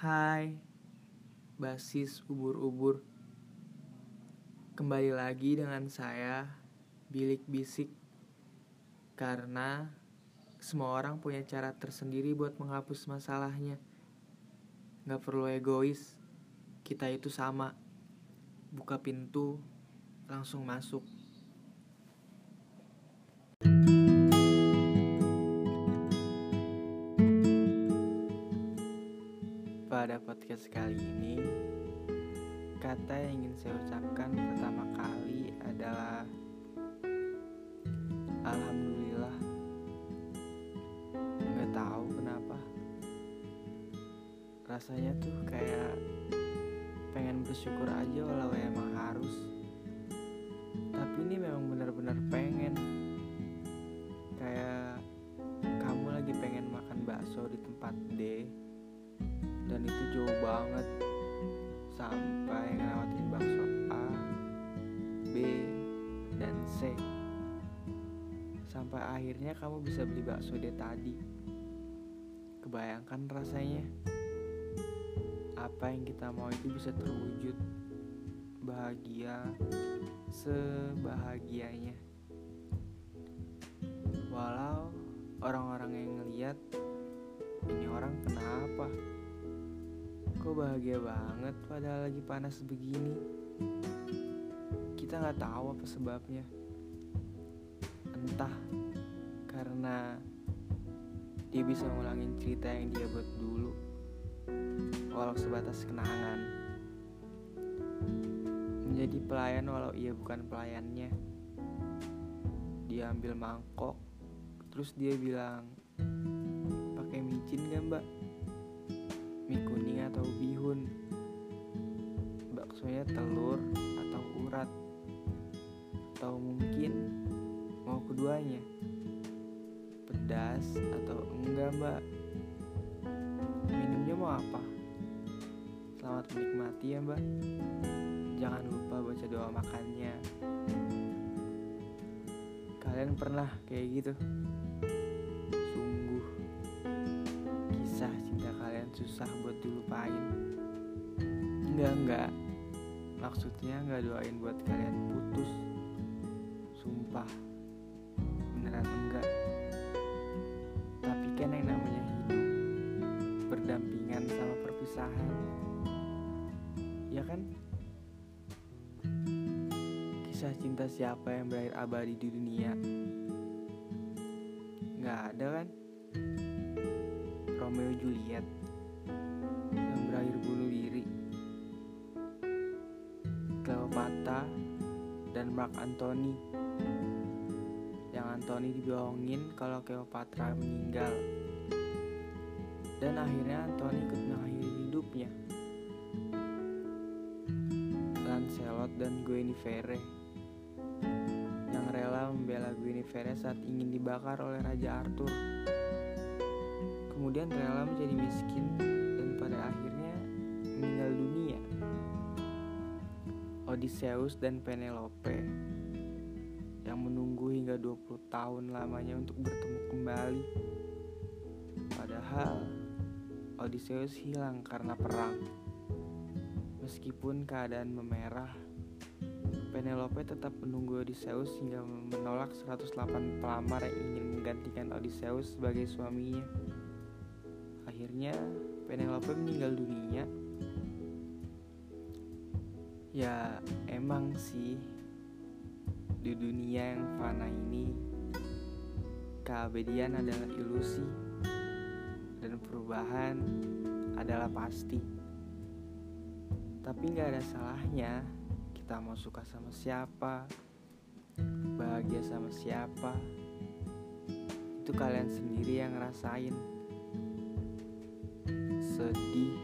Hai, basis ubur-ubur. Kembali lagi dengan saya, Bilik Bisik. Karena semua orang punya cara tersendiri buat menghapus masalahnya. Gak perlu egois, kita itu sama. Buka pintu, langsung masuk. Pada podcast kali ini, kata yang ingin saya ucapkan pertama kali adalah Alhamdulillah. Gak tahu kenapa, rasanya tuh kayak pengen bersyukur aja walau emang harus. Tapi ini memang benar-benar pengen. Kayak kamu lagi pengen makan bakso di tempat D, dan itu jauh banget, sampai ngelewatin bakso A, B, dan C, sampai akhirnya kamu bisa beli bakso D tadi. Kebayangkan rasanya, apa yang kita mau itu bisa terwujud. Bahagia sebahagianya. Walau orang-orang yang ngeliat, ini orang kenapa? Kok bahagia banget padahal lagi panas begini? Kita gak tahu apa sebabnya. Entah karena dia bisa ngulangin cerita yang dia buat dulu, walau sebatas kenangan. Menjadi pelayan walau ia bukan pelayannya. Dia ambil mangkok, terus dia bilang, pakai micin gak mbak? Mie kuning atau bihun? Baksonya telur atau urat? Atau mungkin mau keduanya? Pedas atau enggak mbak? Minumnya mau apa? Selamat menikmati ya mbak. Jangan lupa baca doa makannya. Kalian pernah kayak gitu? Sungguh kisah cinta kalian susah buat dilupain. Enggak, maksudnya enggak doain buat kalian putus. Sumpah, beneran enggak. Tapi kan yang namanya hidup berdampingan sama perpisahan, ya kan? Kisah cinta siapa yang berakhir abadi di dunia? Nggak ada kan? Romeo Juliet yang berakhir bunuh diri, Cleopatra dan Mark Antony yang Antony dibohongin kalau Cleopatra meninggal, dan akhirnya Antony ikut mengakhiri hidupnya. Lancelot dan Guinevere yang rela membela Guinevere saat ingin dibakar oleh Raja Arthur, kemudian rela menjadi miskin dan pada akhirnya meninggal dunia. Odysseus dan Penelope yang menunggu hingga 20 tahun lamanya untuk bertemu kembali. Padahal Odysseus hilang karena perang. Meskipun keadaan memerah, Penelope tetap menunggu Odysseus hingga menolak 108 pelamar yang ingin menggantikan Odysseus sebagai suaminya. Akhirnya Penelope meninggal dunia. Ya emang sih, di dunia yang fana ini keabadian adalah ilusi dan perubahan adalah pasti. Tapi gak ada salahnya kita mau suka sama siapa, bahagia sama siapa, itu kalian sendiri yang ngerasain. Sedih,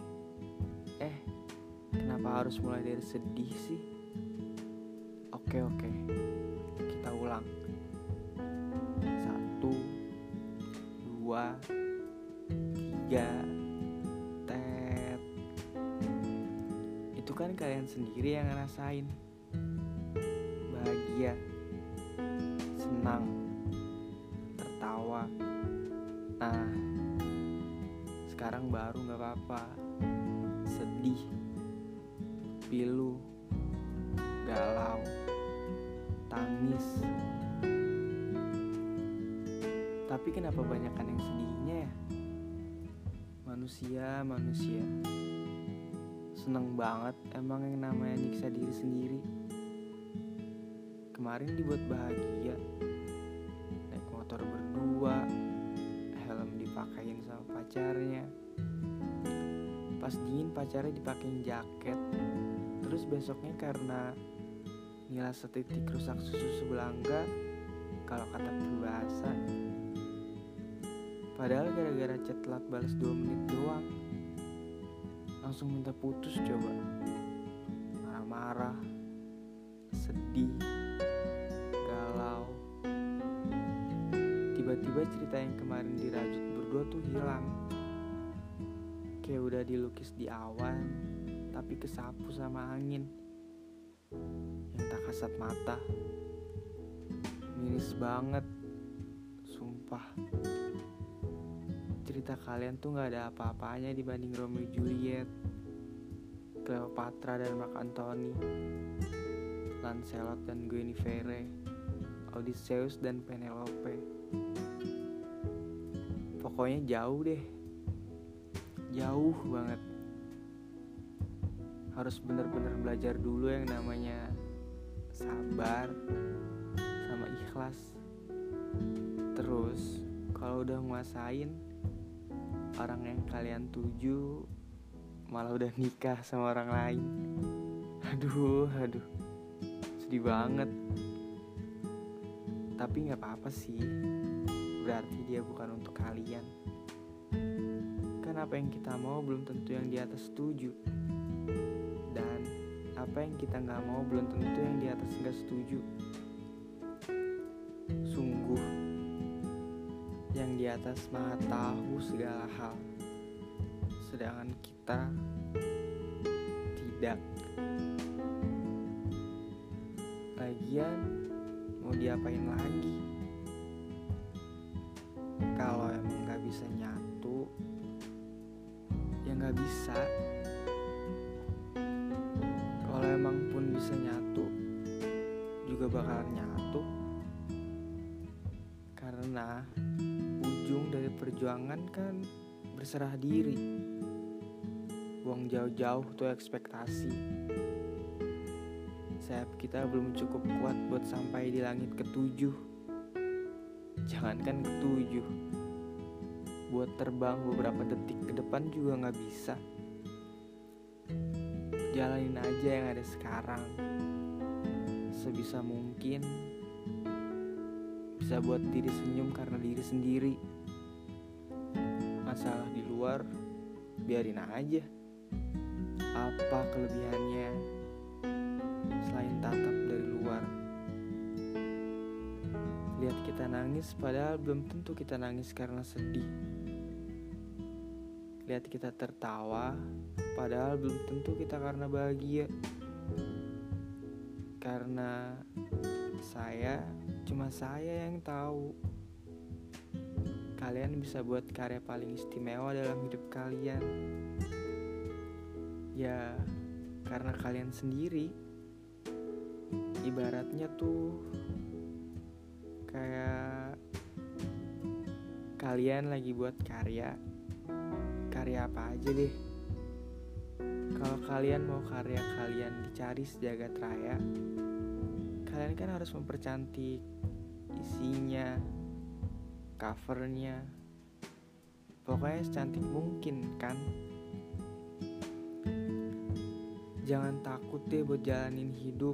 kenapa harus mulai dari sedih sih? Oke, kita ulang. 1, 2, 3. Itu kan kalian sendiri yang ngerasain. Bahagia, senang, tertawa. Nah, sekarang baru gak apa-apa. Sedih, pilu, galau, tangis. Tapi kenapa banyakan yang sedihnya ya? Manusia seneng banget emang yang namanya nyiksa diri sendiri. Kemarin dibuat bahagia, naik motor berdua, helm dipakein sama pacarnya. Pas dingin pacarnya dipakein jaket. Terus besoknya karena nilai setitik rusak susu sebelangga, kalau kata peribahasa. Padahal gara-gara chat telat balas 2 menit doang, langsung minta putus coba. Marah-marah, sedih, galau. Tiba-tiba cerita yang kemarin dirajut berdua tuh hilang. Kayak udah dilukis di awan, tapi kesapu sama angin yang tak kasat mata. Miris banget, sumpah. Cerita kalian tuh gak ada apa-apanya dibanding Romeo Juliet, Cleopatra dan Mark Antony, Lancelot dan Guinevere, Odysseus dan Penelope. Pokoknya jauh deh, jauh banget. Harus bener-bener belajar dulu yang namanya sabar sama ikhlas. Terus kalau udah nguasain, orang yang kalian tuju malah udah nikah sama orang lain. Aduh, sedih banget. Tapi gak apa-apa sih, berarti dia bukan untuk kalian. Kan apa yang kita mau belum tentu yang di atas setuju. Dan apa yang kita gak mau belum tentu yang di atas gak setuju. Sungguh, yang di atas maha tahu segala hal, sedangkan kita tidak. Lagian mau diapain lagi? Kalau emang gak bisa nyatu, ya gak bisa. Kalau emang pun bisa nyatu, juga bakalan nyatu. Karena ujung dari perjuangan kan berserah diri. Buang jauh-jauh tuh ekspektasi. Sayap kita belum cukup kuat buat sampai di langit ketujuh. Jangankan ketujuh, buat terbang beberapa detik ke depan juga gak bisa. Jalanin aja yang ada sekarang. Sebisa mungkin bisa buat diri senyum karena diri sendiri. Masalah di luar biarin aja. Apa kelebihannya selain tatap dari luar? Lihat kita nangis padahal belum tentu kita nangis karena sedih. Lihat kita tertawa padahal belum tentu kita karena bahagia. Karena cuma saya yang tahu kalian bisa buat karya paling istimewa dalam hidup kalian. Ya, karena kalian sendiri. Ibaratnya tuh kayak kalian lagi buat karya apa aja deh. Kalau kalian mau karya kalian dicari sejagat raya, kalian kan harus mempercantik isinya, covernya, pokoknya secantik mungkin kan. Jangan takut deh buat jalanin hidup,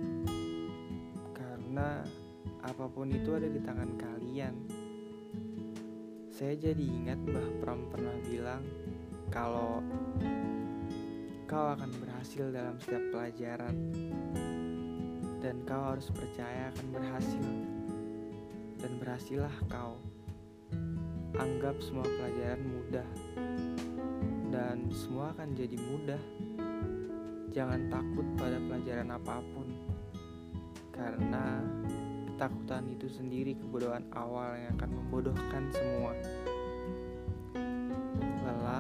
karena apapun itu ada di tangan kalian. Saya jadi ingat Mbah Pram pernah bilang kalau kau akan berhasil dalam setiap pelajaran, dan kau harus percaya akan berhasil. Dan berhasillah kau. Anggap semua pelajaran mudah, dan semua akan jadi mudah. Jangan takut pada pelajaran apapun, karena ketakutan itu sendiri kebodohan awal yang akan membodohkan semua. Lelah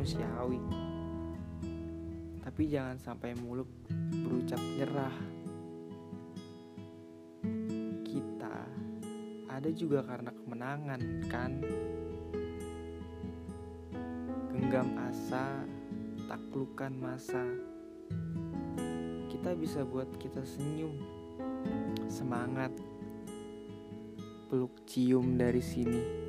manusiawi. Tapi jangan sampai muluk berucap nyerah. Kita ada juga karena kemenangan, kan? Genggam asa, taklukkan masa. Kita bisa buat kita senyum, semangat, peluk cium dari sini.